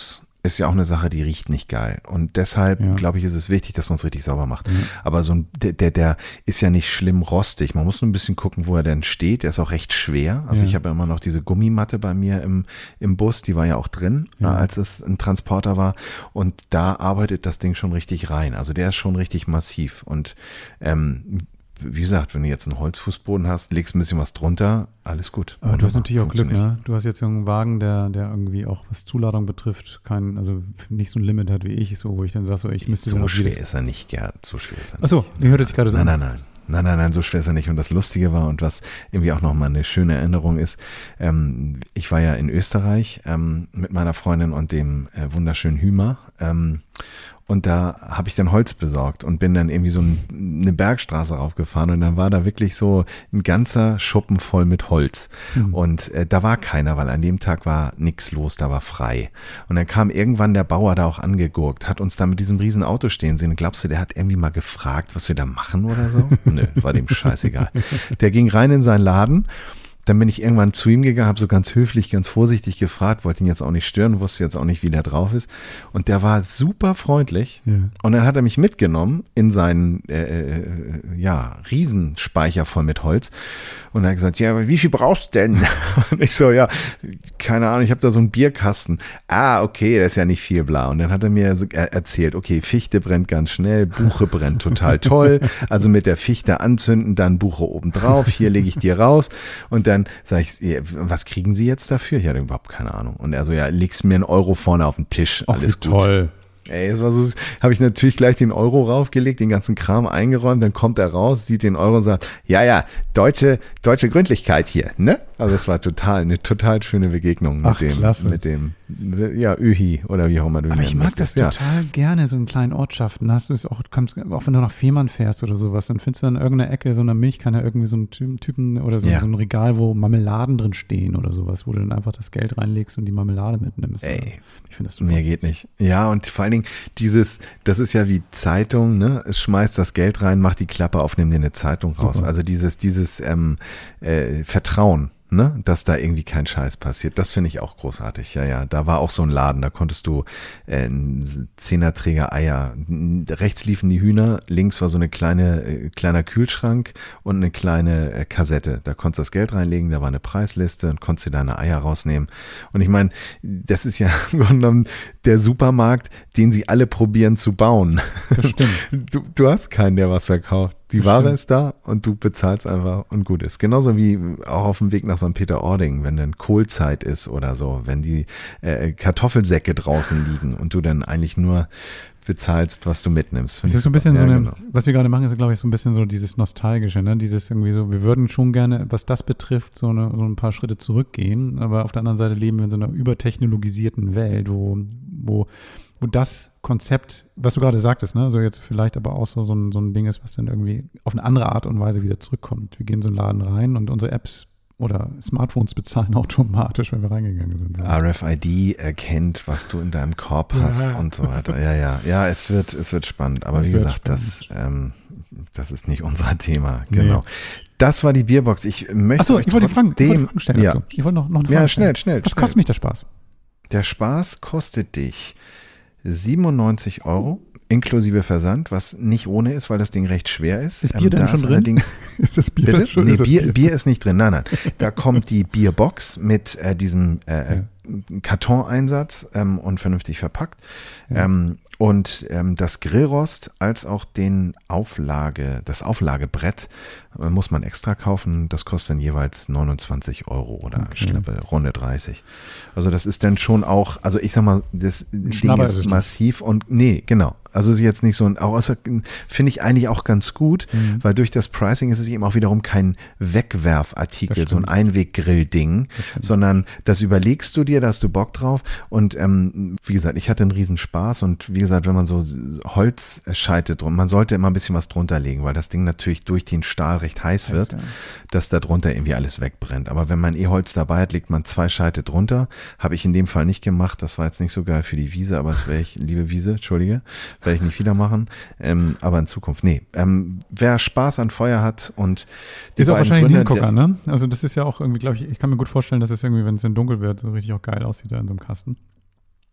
ist ja auch eine Sache, die riecht nicht geil. Und deshalb, ja. glaube ich, ist es wichtig, dass man es richtig sauber macht. Mhm. Aber so ein, der, der, der ist ja nicht schlimm rostig. Man muss nur ein bisschen gucken, wo er denn steht. Der ist auch recht schwer. Also ja. ich habe ja immer noch diese Gummimatte bei mir im, im Bus. Die war ja auch drin, ja. na, als es ein Transporter war. Und da arbeitet das Ding schon richtig rein. Also der ist schon richtig massiv. Und ähm, wie gesagt, wenn du jetzt einen Holzfußboden hast, legst ein bisschen was drunter, alles gut. Aber du hast natürlich auch Glück, ne? Du hast jetzt so einen Wagen, der, der irgendwie auch, was Zuladung betrifft, kein, also nicht so ein Limit hat wie ich, so, wo ich dann sage, so, ich müsste... So schwer ist er nicht, ja, so schwer ist er nicht. Achso, ihr hört es sich gerade so an. Nein, nein, nein. Nein, nein, nein, so schwer ist er nicht. Und das Lustige war und was irgendwie auch nochmal eine schöne Erinnerung ist, ähm, ich war ja in Österreich ähm, mit meiner Freundin und dem äh, wunderschönen Hümer ähm, und da habe ich dann Holz besorgt und bin dann irgendwie so ein, eine Bergstraße raufgefahren und dann war da wirklich so ein ganzer Schuppen voll mit Holz. Mhm. Und äh, da war keiner, weil an dem Tag war nichts los, da war frei. Und dann kam irgendwann der Bauer da auch angegurkt, hat uns da mit diesem riesen Auto stehen sehen. Glaubst du, der hat irgendwie mal gefragt, was wir da machen oder so? Nö, war dem scheißegal. Der ging rein in seinen Laden. Dann bin ich irgendwann zu ihm gegangen, habe so ganz höflich, ganz vorsichtig gefragt, wollte ihn jetzt auch nicht stören, wusste jetzt auch nicht, wie der drauf ist. Und der war super freundlich. Ja. Und dann hat er mich mitgenommen in seinen äh, ja, Riesenspeicher voll mit Holz. Und er hat gesagt, ja, aber wie viel brauchst du denn? Und ich so, ja, keine Ahnung, ich habe da so einen Bierkasten. Ah, okay, das ist ja nicht viel, bla. Und dann hat er mir so erzählt, okay, Fichte brennt ganz schnell, Buche brennt total toll. Also mit der Fichte anzünden, dann Buche obendrauf, hier lege ich dir raus. Und dann sage ich, was kriegen Sie jetzt dafür? Ich hatte überhaupt keine Ahnung. Und er so, ja, legst mir einen Euro vorne auf den Tisch, alles gut. Toll. Ey, das war so, habe ich natürlich gleich den Euro raufgelegt, den ganzen Kram eingeräumt, dann kommt er raus, sieht den Euro und sagt, ja, ja, deutsche, deutsche Gründlichkeit hier, ne? Also es war total, eine total schöne Begegnung mit Ach, dem, klasse. mit dem, ja, Öhi oder wie auch immer du ihn Aber ich mag möchtest. das Ja. total gerne, so in kleinen Ortschaften. Da hast du es auch, kommst, auch wenn du nach Fehmarn fährst oder sowas, dann findest du an irgendeiner Ecke so einer Milchkanne irgendwie so einen Typen oder so, Ja. so ein Regal, wo Marmeladen drin stehen oder sowas, wo du dann einfach das Geld reinlegst und die Marmelade mitnimmst. Ey, ich finde das super. Mehr geht nicht. Ja, und vor allen Dingen dieses, das ist ja wie Zeitung, ne? Es schmeißt das Geld rein, macht die Klappe auf, nimm dir eine Zeitung raus. Super. Also dieses, dieses ähm, äh, Vertrauen, ne? Dass da irgendwie kein Scheiß passiert. Das finde ich auch großartig. Ja, ja. Da war auch so ein Laden, da konntest du äh, einen Zehnerträger Eier. Rechts liefen die Hühner, links war so eine kleine, äh, kleiner Kühlschrank und eine kleine äh, Kassette. Da konntest du das Geld reinlegen, da war eine Preisliste und konntest dir deine Eier rausnehmen. Und ich meine, das ist ja im Grunde genommen der Supermarkt, den sie alle probieren zu bauen. Das stimmt. Du, du hast keinen, der was verkauft. Die Das Ware stimmt. ist da und du bezahlst einfach und gut ist. Genauso wie auch auf dem Weg nach Sankt Peter-Ording, wenn dann Kohlzeit ist oder so, wenn die äh, Kartoffelsäcke draußen liegen und du dann eigentlich nur bezahlst, was du mitnimmst. Es ist so ein bisschen ja, so eine, genau. was wir gerade machen, ist, glaube ich, so ein bisschen so dieses Nostalgische, ne? Dieses irgendwie so, wir würden schon gerne, was das betrifft, so, eine, so ein paar Schritte zurückgehen, aber auf der anderen Seite leben wir in so einer übertechnologisierten Welt, wo, wo, wo das Konzept, was du gerade sagtest, ne, so jetzt vielleicht aber auch so, so, ein, so ein Ding ist, was dann irgendwie auf eine andere Art und Weise wieder zurückkommt. Wir gehen in so einen Laden rein und unsere Apps oder Smartphones bezahlen automatisch, wenn wir reingegangen sind. R F I D erkennt, was du in deinem Korb hast Ja. und so weiter. Ja, ja, ja, es wird, es wird spannend. Aber Es wie wird gesagt, das, ähm, das ist nicht unser Thema. Nee. Genau. Das war die Bierbox. Ich möchte Achso, euch ich wollte trotzdem, Fragen, ich wollte Fragen stellen ja, dazu. Ich wollte noch, noch eine Frage ja, stellen. schnell, schnell. Was schnell. kostet mich der Spaß? Der Spaß kostet dich siebenundneunzig Euro inklusive Versand, was nicht ohne ist, weil das Ding recht schwer ist. Ist Bier Ähm, denn da schon ist drin? allerdings- Ist das Bier Bitte? dann schon? Nee, ist das Bier, Bier ist nicht drin. Nein, nein. Da kommt die Bierbox mit äh, diesem äh, Ja. Kartoneinsatz ähm, und vernünftig verpackt. Ja. Ähm, und ähm, das Grillrost als auch den Auflage, das Auflagebrett äh, muss man extra kaufen. Das kostet dann jeweils neunundzwanzig Euro oder Okay. schlappe Runde dreißig. Also das ist dann schon auch, also ich sag mal, das Ding Schnabber ist es ist nicht. massiv und nee, genau. Also ist jetzt nicht so ein, auch außer, finde ich eigentlich auch ganz gut, Mhm. weil durch das Pricing ist es eben auch wiederum kein Wegwerfartikel, Das so ein stimmt. Einweggrill-Ding, Das stimmt. sondern das überlegst du dir, da hast du Bock drauf und ähm, wie gesagt, ich hatte einen riesen Spaß und wie gesagt, wenn man so Holzscheite drum, man sollte immer ein bisschen was drunter legen, weil das Ding natürlich durch den Stahl recht heiß wird, ja. dass da drunter irgendwie alles wegbrennt. Aber wenn man eh Holz dabei hat, legt man zwei Scheite drunter. Habe ich in dem Fall nicht gemacht. Das war jetzt nicht so geil für die Wiese, aber das werde ich, liebe Wiese, Entschuldige, werde ich nicht wieder machen. Ähm, aber in Zukunft, nee. Ähm, wer Spaß an Feuer hat und die Ist auch beiden wahrscheinlich ein Gründer, Hingucker, ne? Also das ist ja auch irgendwie, glaube ich, ich kann mir gut vorstellen, dass es irgendwie, wenn es dann dunkel wird, so richtig auch geil aussieht da in so einem Kasten.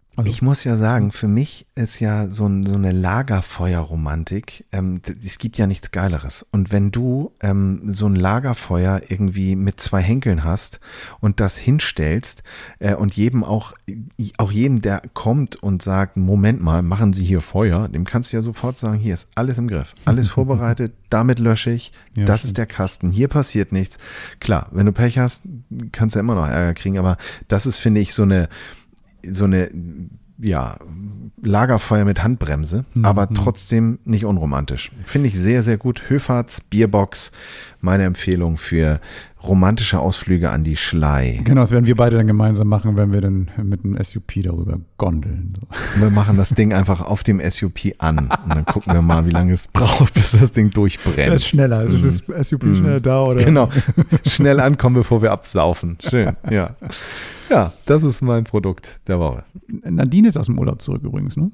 Also, ich muss ja sagen, für mich ist ja so, ein, so eine Lagerfeuerromantik, ähm, es gibt ja nichts Geileres. Und wenn du ähm, so ein Lagerfeuer irgendwie mit zwei Henkeln hast und das hinstellst äh, und jedem auch, auch jedem, der kommt und sagt, Moment mal, machen Sie hier Feuer, dem kannst du ja sofort sagen, hier ist alles im Griff, alles vorbereitet, damit lösche ich, ja, das stimmt. Ist der Kasten, hier passiert nichts. Klar, wenn du Pech hast, kannst du ja immer noch Ärger kriegen, aber das ist, finde ich, so eine so eine, ja, Lagerfeuer mit Handbremse, mhm. aber trotzdem nicht unromantisch. Finde ich sehr, sehr gut. Höferts Bierbox, meine Empfehlung für romantische Ausflüge an die Schlei. Genau, das werden wir beide dann gemeinsam machen, wenn wir dann mit einem S U P darüber gondeln. So. Wir machen das Ding einfach auf dem S U P an und dann gucken wir mal, wie lange es braucht, bis das Ding durchbrennt. Das ist schneller, das mhm. ist das S U P mhm. schneller da, oder? Genau, schnell ankommen, bevor wir absaufen. Schön, ja. Ja, das ist mein Produkt der Woche. Nadine ist aus dem Urlaub zurück übrigens, ne?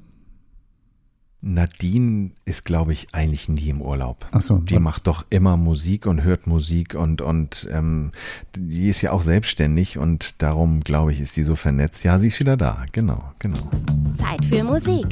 Nadine ist, glaube ich, eigentlich nie im Urlaub. Ach so, die ja. macht doch immer Musik und hört Musik und, und ähm, die ist ja auch selbstständig und darum, glaube ich, ist die so vernetzt. Ja, sie ist wieder da, genau, genau. Zeit für Musik.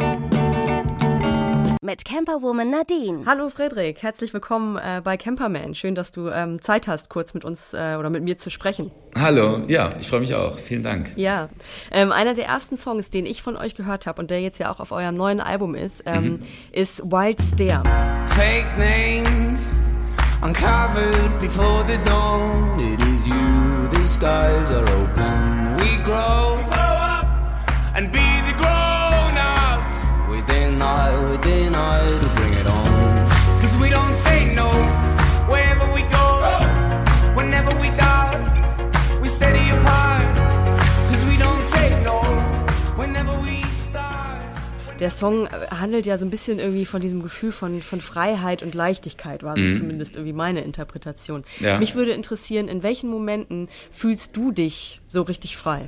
Mit Camperwoman Nadine. Hallo Frederik, herzlich willkommen äh, bei Camperman. Schön, dass du ähm, Zeit hast, kurz mit uns äh, oder mit mir zu sprechen. Hallo, ja, ich freue mich auch. Vielen Dank. Ja, ähm, einer der ersten Songs, den ich von euch gehört habe und der jetzt ja auch auf eurem neuen Album ist, ähm, mhm. ist Wild Stare. Fake names uncovered before the dawn. It is you, the skies are open. We grow, we grow up and be the grown-ups. Within I, within I, to bring it on. Cause we don't say no, wherever we go, whenever we die, we steady apart. Cause we don't say no, whenever we start. Der Song handelt ja so ein bisschen irgendwie von diesem Gefühl von, von Freiheit und Leichtigkeit, war so mhm. zumindest irgendwie meine Interpretation. Ja. Mich würde interessieren, in welchen Momenten fühlst du dich so richtig frei?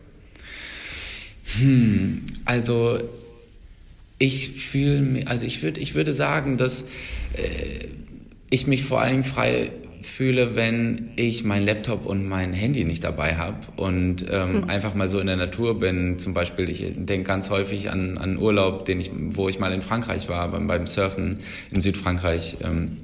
Hm, also ich fühle, also ich würde, ich würde sagen, dass äh, ich mich vor allem frei fühle, wenn ich meinen Laptop und mein Handy nicht dabei habe und ähm, hm. einfach mal so in der Natur bin. Zum Beispiel, ich denke ganz häufig an, an Urlaub, den ich, wo ich mal in Frankreich war, beim, beim Surfen in Südfrankreich. Ähm,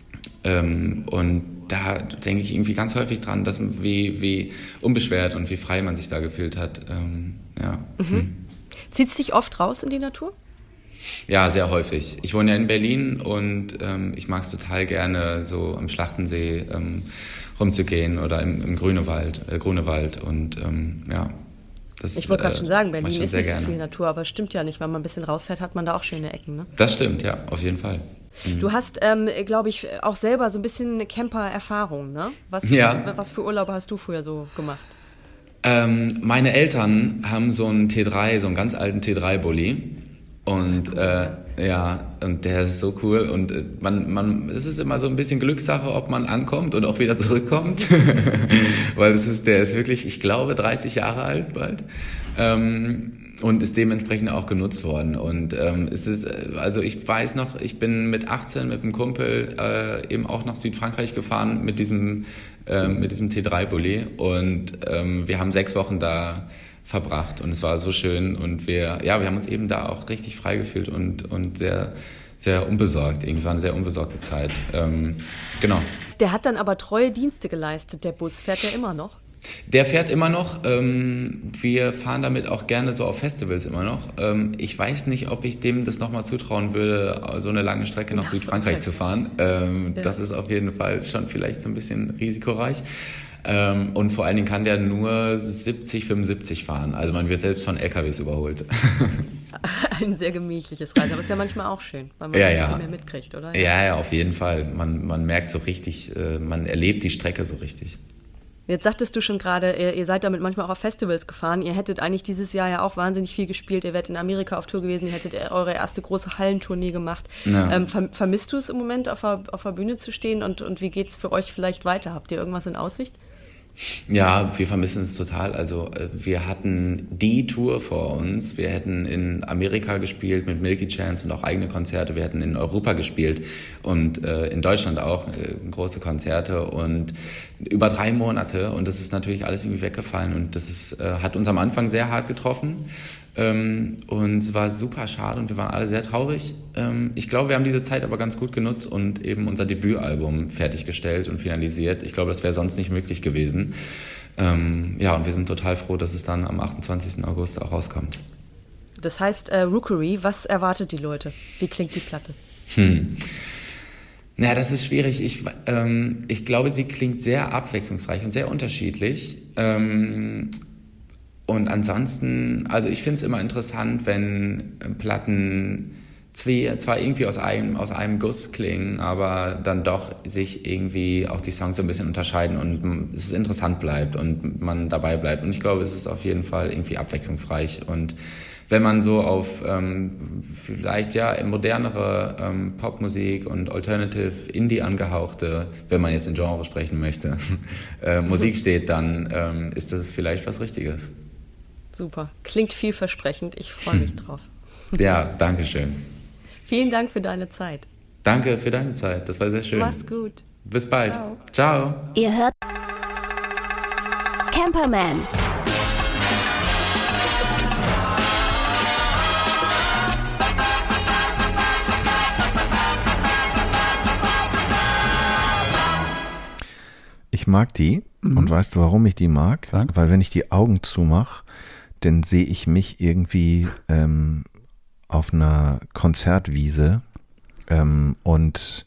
ähm, und da denke ich irgendwie ganz häufig dran, dass wie, wie unbeschwert und wie frei man sich da gefühlt hat. Ähm, ja. Mhm. Hm. Zieht's dich oft raus in die Natur? Ja, sehr häufig. Ich wohne ja in Berlin und ähm, ich mag es total gerne, so am Schlachtensee ähm, rumzugehen oder im, im Grünewald, äh, Grunewald und ähm, ja. Das, ich wollte gerade äh, schon sagen, Berlin schon ist nicht gerne. so viel Natur, aber stimmt ja nicht, wenn man ein bisschen rausfährt, hat man da auch schöne Ecken, ne? Das stimmt, ja, auf jeden Fall. Mhm. Du hast, ähm, glaube ich, auch selber so ein bisschen Camper-Erfahrung, ne? Was, ja. was für Urlaube hast du früher so gemacht? Ähm, meine Eltern haben so einen T drei, so einen ganz alten T drei Bulli. Und äh, ja, und der ist so cool und äh, man, man, es ist immer so ein bisschen Glückssache, ob man ankommt und auch wieder zurückkommt, weil es ist, der ist wirklich, ich glaube, dreißig Jahre alt bald ähm, und ist dementsprechend auch genutzt worden. Und ähm, es ist, also ich weiß noch, ich bin mit achtzehn mit einem Kumpel äh, eben auch nach Südfrankreich gefahren mit diesem äh, mit diesem T drei Bulli und ähm, wir haben sechs Wochen da verbracht und es war so schön und wir, ja, wir haben uns eben da auch richtig frei gefühlt und, und sehr, sehr unbesorgt. Irgendwie war eine sehr unbesorgte Zeit. Ähm, genau. Der hat dann aber treue Dienste geleistet, der Bus. Fährt der immer noch? Der fährt immer noch. Ähm, wir fahren damit auch gerne so auf Festivals immer noch. Ähm, ich weiß nicht, ob ich dem das nochmal zutrauen würde, so eine lange Strecke nach Südfrankreich okay. zu fahren. Ähm, ja. Das ist auf jeden Fall schon vielleicht so ein bisschen risikoreich. Ähm, und vor allen Dingen kann der nur siebzig, fünfundsiebzig fahren. Also man wird selbst von L K Ws überholt. Ein sehr gemächliches Reisen, aber ist ja manchmal auch schön, weil man ja, viel ja. mehr mitkriegt, oder? Ja, ja, auf jeden Fall. Man, man merkt so richtig, äh, man erlebt die Strecke so richtig. Jetzt sagtest du schon gerade, ihr, ihr seid damit manchmal auch auf Festivals gefahren. Ihr hättet eigentlich dieses Jahr ja auch wahnsinnig viel gespielt. Ihr wärt in Amerika auf Tour gewesen, ihr hättet eure erste große Hallentournee gemacht. Ja. Ähm, ver- vermisst du es im Moment, auf der, auf der Bühne zu stehen und, und wie geht's für euch vielleicht weiter? Habt ihr irgendwas in Aussicht? Ja, wir vermissen es total. Also wir hatten die Tour vor uns. Wir hätten in Amerika gespielt mit Milky Chance und auch eigene Konzerte. Wir hätten in Europa gespielt und äh, in Deutschland auch äh, große Konzerte und über drei Monate. Und das ist natürlich alles irgendwie weggefallen und das ist, äh, hat uns am Anfang sehr hart getroffen. Ähm, und es war super schade und wir waren alle sehr traurig. Ähm, ich glaube, wir haben diese Zeit aber ganz gut genutzt und eben unser Debütalbum fertiggestellt und finalisiert. Ich glaube, das wäre sonst nicht möglich gewesen. Ähm, ja, und wir sind total froh, dass es dann am achtundzwanzigsten August auch rauskommt. Das heißt, äh, Rookery, was erwartet die Leute? Wie klingt die Platte? Hm. Na, das ist schwierig. Ich, ähm, ich glaube, sie klingt sehr abwechslungsreich und sehr unterschiedlich. Ähm, Und ansonsten, also ich finde es immer interessant, wenn Platten zwar, zwar irgendwie aus einem, aus einem Guss klingen, aber dann doch sich irgendwie auch die Songs so ein bisschen unterscheiden und es interessant bleibt und man dabei bleibt. Und ich glaube, es ist auf jeden Fall irgendwie abwechslungsreich. Und wenn man so auf ähm, vielleicht ja modernere ähm, Popmusik und Alternative Indie angehauchte, wenn man jetzt in Genre sprechen möchte, äh, Musik steht, dann ähm, ist das vielleicht was Richtiges. Super. Klingt vielversprechend. Ich freue mich drauf. Ja, danke schön. Vielen Dank für deine Zeit. Danke für deine Zeit. Das war sehr schön. Mach's gut. Bis bald. Ciao. Ciao. Ihr hört Camperman. Ich mag die. Mhm. Und weißt du, warum ich die mag? Sag. Weil wenn ich die Augen zumache, dann sehe ich mich irgendwie ähm, auf einer Konzertwiese ähm, und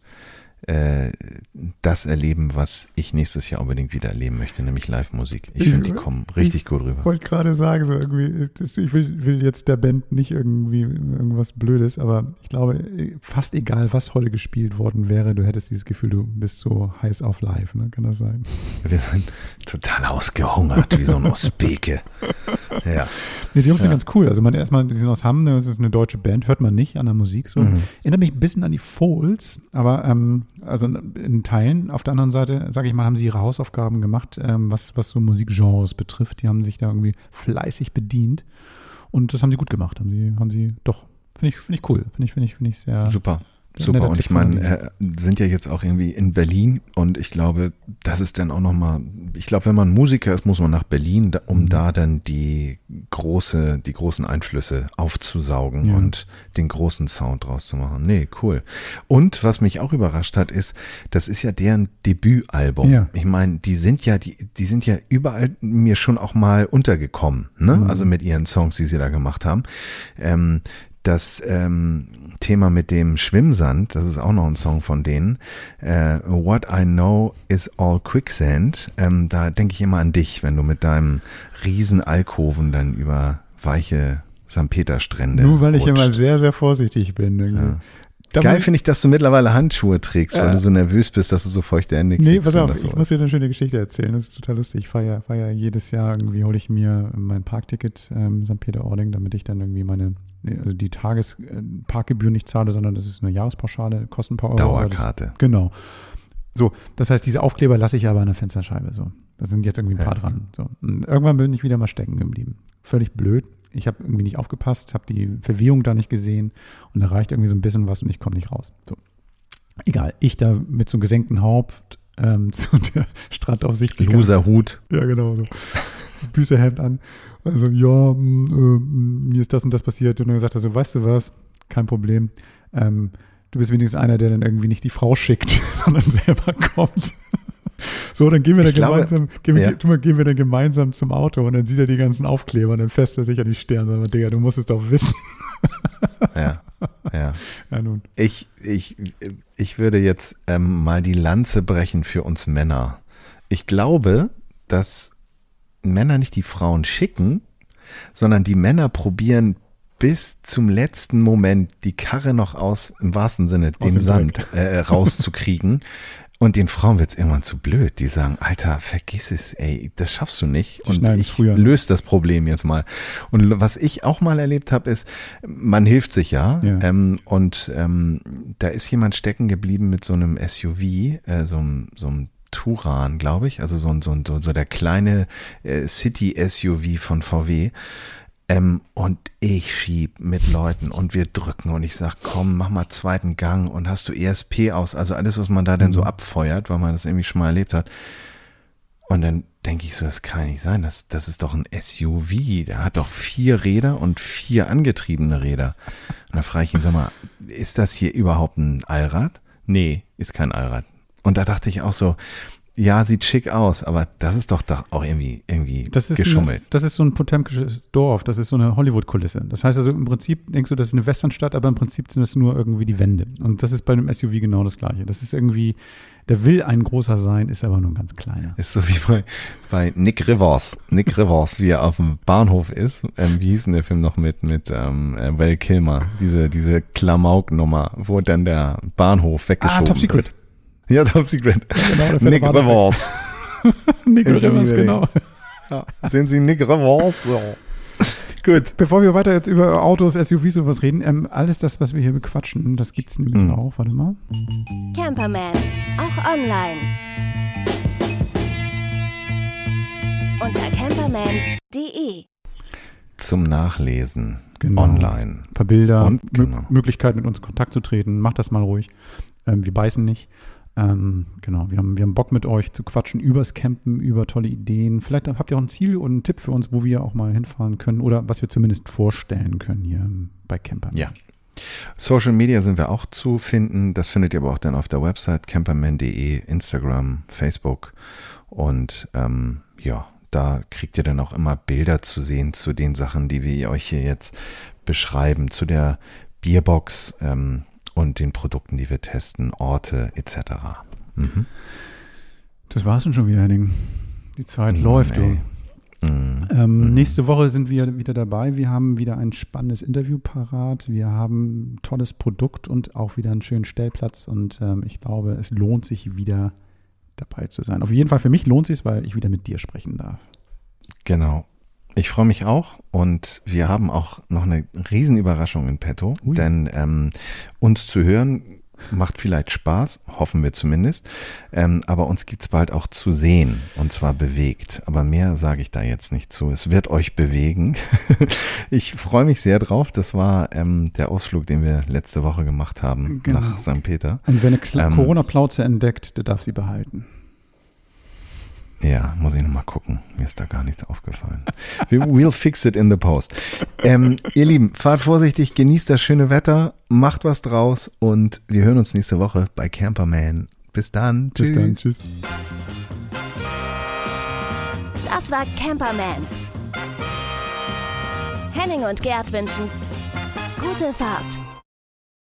äh, das erleben, was ich nächstes Jahr unbedingt wieder erleben möchte, nämlich Live-Musik. Ich finde, die kommen richtig ich gut rüber. Ich wollte gerade sagen, so irgendwie, ich will, will jetzt der Band nicht irgendwie irgendwas Blödes, aber ich glaube, fast egal, was heute gespielt worden wäre, du hättest dieses Gefühl, du bist so heiß auf Live, ne? Kann das sein? Wir sind total ausgehungert, wie so ein Usbeke. Ja. Nee, die Jungs ja. sind ganz cool. Also man erstmal, die sind aus Hamm, das ist eine deutsche Band, hört man nicht an der Musik so. Mhm. Erinnert mich ein bisschen an die Folds, aber ähm, also in Teilen. Auf der anderen Seite, sage ich mal, haben sie ihre Hausaufgaben gemacht, ähm, was, was so Musikgenres betrifft. Die haben sich da irgendwie fleißig bedient und das haben sie gut gemacht. Haben sie, haben sie doch, finde ich, finde ich cool. Finde ich, finde ich, finde ich sehr super. Super, und ich meine, äh, sind ja jetzt auch irgendwie in Berlin und ich glaube, das ist dann auch nochmal, ich glaube, wenn man Musiker ist, muss man nach Berlin, da, um mhm. da dann die große, die großen Einflüsse aufzusaugen ja. und den großen Sound draus zu machen. Nee, cool. Und was mich auch überrascht hat, ist, das ist ja deren Debütalbum. Ja. Ich meine, die sind ja, die, die sind ja überall mir schon auch mal untergekommen, ne? Mhm. Also mit ihren Songs, die sie da gemacht haben. Ähm, Das ähm, Thema mit dem Schwimmsand, das ist auch noch ein Song von denen. Äh, What I Know is All Quicksand. Ähm, da denke ich immer an dich, wenn du mit deinem riesen Alkoven dann über weiche Sankt Peter-Strände Nur weil rutscht. Ich immer sehr, sehr vorsichtig bin. Ja. Geil finde ich, dass du mittlerweile Handschuhe trägst, weil äh, du so nervös bist, dass du so feuchte Hände kriegst. Nee, pass auf, so ich muss dir eine schöne Geschichte erzählen. Das ist total lustig. Ich fahre ja, fahr ja jedes Jahr irgendwie, hole ich mir mein Parkticket ähm, Sankt Peter-Ording, damit ich dann irgendwie meine, also die Tagesparkgebühr nicht zahle, sondern das ist eine Jahrespauschale, kostet ein paar Euro. Dauerkarte. Das, genau. So, das heißt, diese Aufkleber lasse ich aber an der Fensterscheibe. So, da sind jetzt irgendwie ein paar ja. dran. So, und irgendwann bin ich wieder mal stecken geblieben. Völlig blöd. Ich habe irgendwie nicht aufgepasst, habe die Verwehung da nicht gesehen und da reicht irgendwie so ein bisschen was und ich komme nicht raus. So. Egal, ich da mit so einem gesenkten Haupt ähm, zu der Strandaufsicht. Loserhut. Ja, genau. So. Büßerhemd an. Also, ja, mh, äh, mir ist das und das passiert. Und dann gesagt er so, weißt du was, kein Problem. Ähm, du bist wenigstens einer, der dann irgendwie nicht die Frau schickt, sondern selber kommt. So, dann gehen wir dann glaube, gemeinsam, gehen wir, ja. gehen wir dann gemeinsam zum Auto und dann sieht er die ganzen Aufkleber und dann fässt er sich an die Stirn und sagt, Digga, du musst es doch wissen. Ja, ja. ja nun. Ich, ich, ich würde jetzt ähm, mal die Lanze brechen für uns Männer. Ich glaube, dass Männer nicht die Frauen schicken, sondern die Männer probieren bis zum letzten Moment die Karre noch aus, im wahrsten Sinne, aus den Sand äh, rauszukriegen. Und den Frauen wird es irgendwann zu blöd. Die sagen, Alter, vergiss es, ey, das schaffst du nicht. Und ich löse das Problem jetzt mal. Und was ich auch mal erlebt habe, ist, man hilft sich ja. ja. Ähm, und ähm, da ist jemand stecken geblieben mit so einem S U V, äh, so einem, so einem Turan, glaube ich, also so, so, so, so der kleine äh, City-S U V von V W. Ähm, und ich schieb mit Leuten und wir drücken und ich sag, komm, mach mal zweiten Gang und hast du E S P aus, also alles, was man da denn so abfeuert, weil man das irgendwie schon mal erlebt hat. Und dann denke ich so, das kann nicht sein, das, das ist doch ein S U V, der hat doch vier Räder und vier angetriebene Räder. Und da frage ich ihn, sag mal, ist das hier überhaupt ein Allrad? Nee, ist kein Allrad. Und da dachte ich auch so, ja, sieht schick aus, aber das ist doch, doch auch irgendwie, irgendwie das ist geschummelt. Eine, das ist so ein potemkisches Dorf, das ist so eine Hollywood-Kulisse. Das heißt also im Prinzip, denkst du, das ist eine Westernstadt, aber im Prinzip sind das nur irgendwie die Wände. Und das ist bei einem S U V genau das Gleiche. Das ist irgendwie, der will ein großer sein, ist aber nur ein ganz kleiner. Ist so wie bei, bei Nick Rivers. Nick Rivers, wie er auf dem Bahnhof ist. Ähm, wie hieß denn der Film noch mit, mit ähm, Val Kilmer? Diese, diese Klamauk-Nummer, wo dann der Bahnhof weggeschoben wird. Ah, Top Secret. Wird. Ja, Top Secret. Genau, Nick Rivers. Nick Rivers, genau. Ja. Sehen Sie Nick Rivers? So. Gut. Bevor wir weiter jetzt über Autos, S U Vs und was reden, ähm, alles das, was wir hier bequatschen, das gibt's nämlich mhm. auch. Warte mal. Camperman, auch online. Unter camperman punkt de. Zum Nachlesen. Genau. Online. Ein paar Bilder, und, genau. M- Möglichkeiten mit uns in Kontakt zu treten. Macht das mal ruhig. Ähm, wir beißen nicht. Ähm, genau, wir haben, wir haben Bock mit euch zu quatschen übers Campen, über tolle Ideen. Vielleicht habt ihr auch ein Ziel und einen Tipp für uns, wo wir auch mal hinfahren können oder was wir zumindest vorstellen können hier bei Camperman. Ja. Social Media sind wir auch zu finden. Das findet ihr aber auch dann auf der Website camperman punkt de, Instagram, Facebook und ähm, ja, da kriegt ihr dann auch immer Bilder zu sehen zu den Sachen, die wir euch hier jetzt beschreiben, zu der Bierbox, ähm, und den Produkten, die wir testen, Orte et cetera. Mhm. Das war's schon wieder, Henning. Die Zeit Mhm, läuft. ey. Du. Mhm. Ähm, mhm. Nächste Woche sind wir wieder dabei. Wir haben wieder ein spannendes Interview parat. Wir haben ein tolles Produkt und auch wieder einen schönen Stellplatz. Und ähm, ich glaube, es lohnt sich wieder dabei zu sein. Auf jeden Fall für mich lohnt es sich, weil ich wieder mit dir sprechen darf. Genau. Ich freue mich auch und wir haben auch noch eine Riesenüberraschung in petto, Ui. denn ähm, uns zu hören macht vielleicht Spaß, hoffen wir zumindest, ähm, aber uns gibt es bald auch zu sehen und zwar bewegt, aber mehr sage ich da jetzt nicht zu, es wird euch bewegen. Ich freue mich sehr drauf, das war ähm, der Ausflug, den wir letzte Woche gemacht haben genau. nach Sankt Peter. Und wer eine Kla- ähm, Corona-Plauze entdeckt, der darf sie behalten. Ja, muss ich nochmal gucken. Mir ist da gar nichts aufgefallen. We'll fix it in the post. Ähm, ihr Lieben, fahrt vorsichtig, genießt das schöne Wetter, macht was draus und wir hören uns nächste Woche bei Camperman. Bis dann. Bis Tschüss. dann. Tschüss. Das war Camperman. Henning und Gerd wünschen gute Fahrt.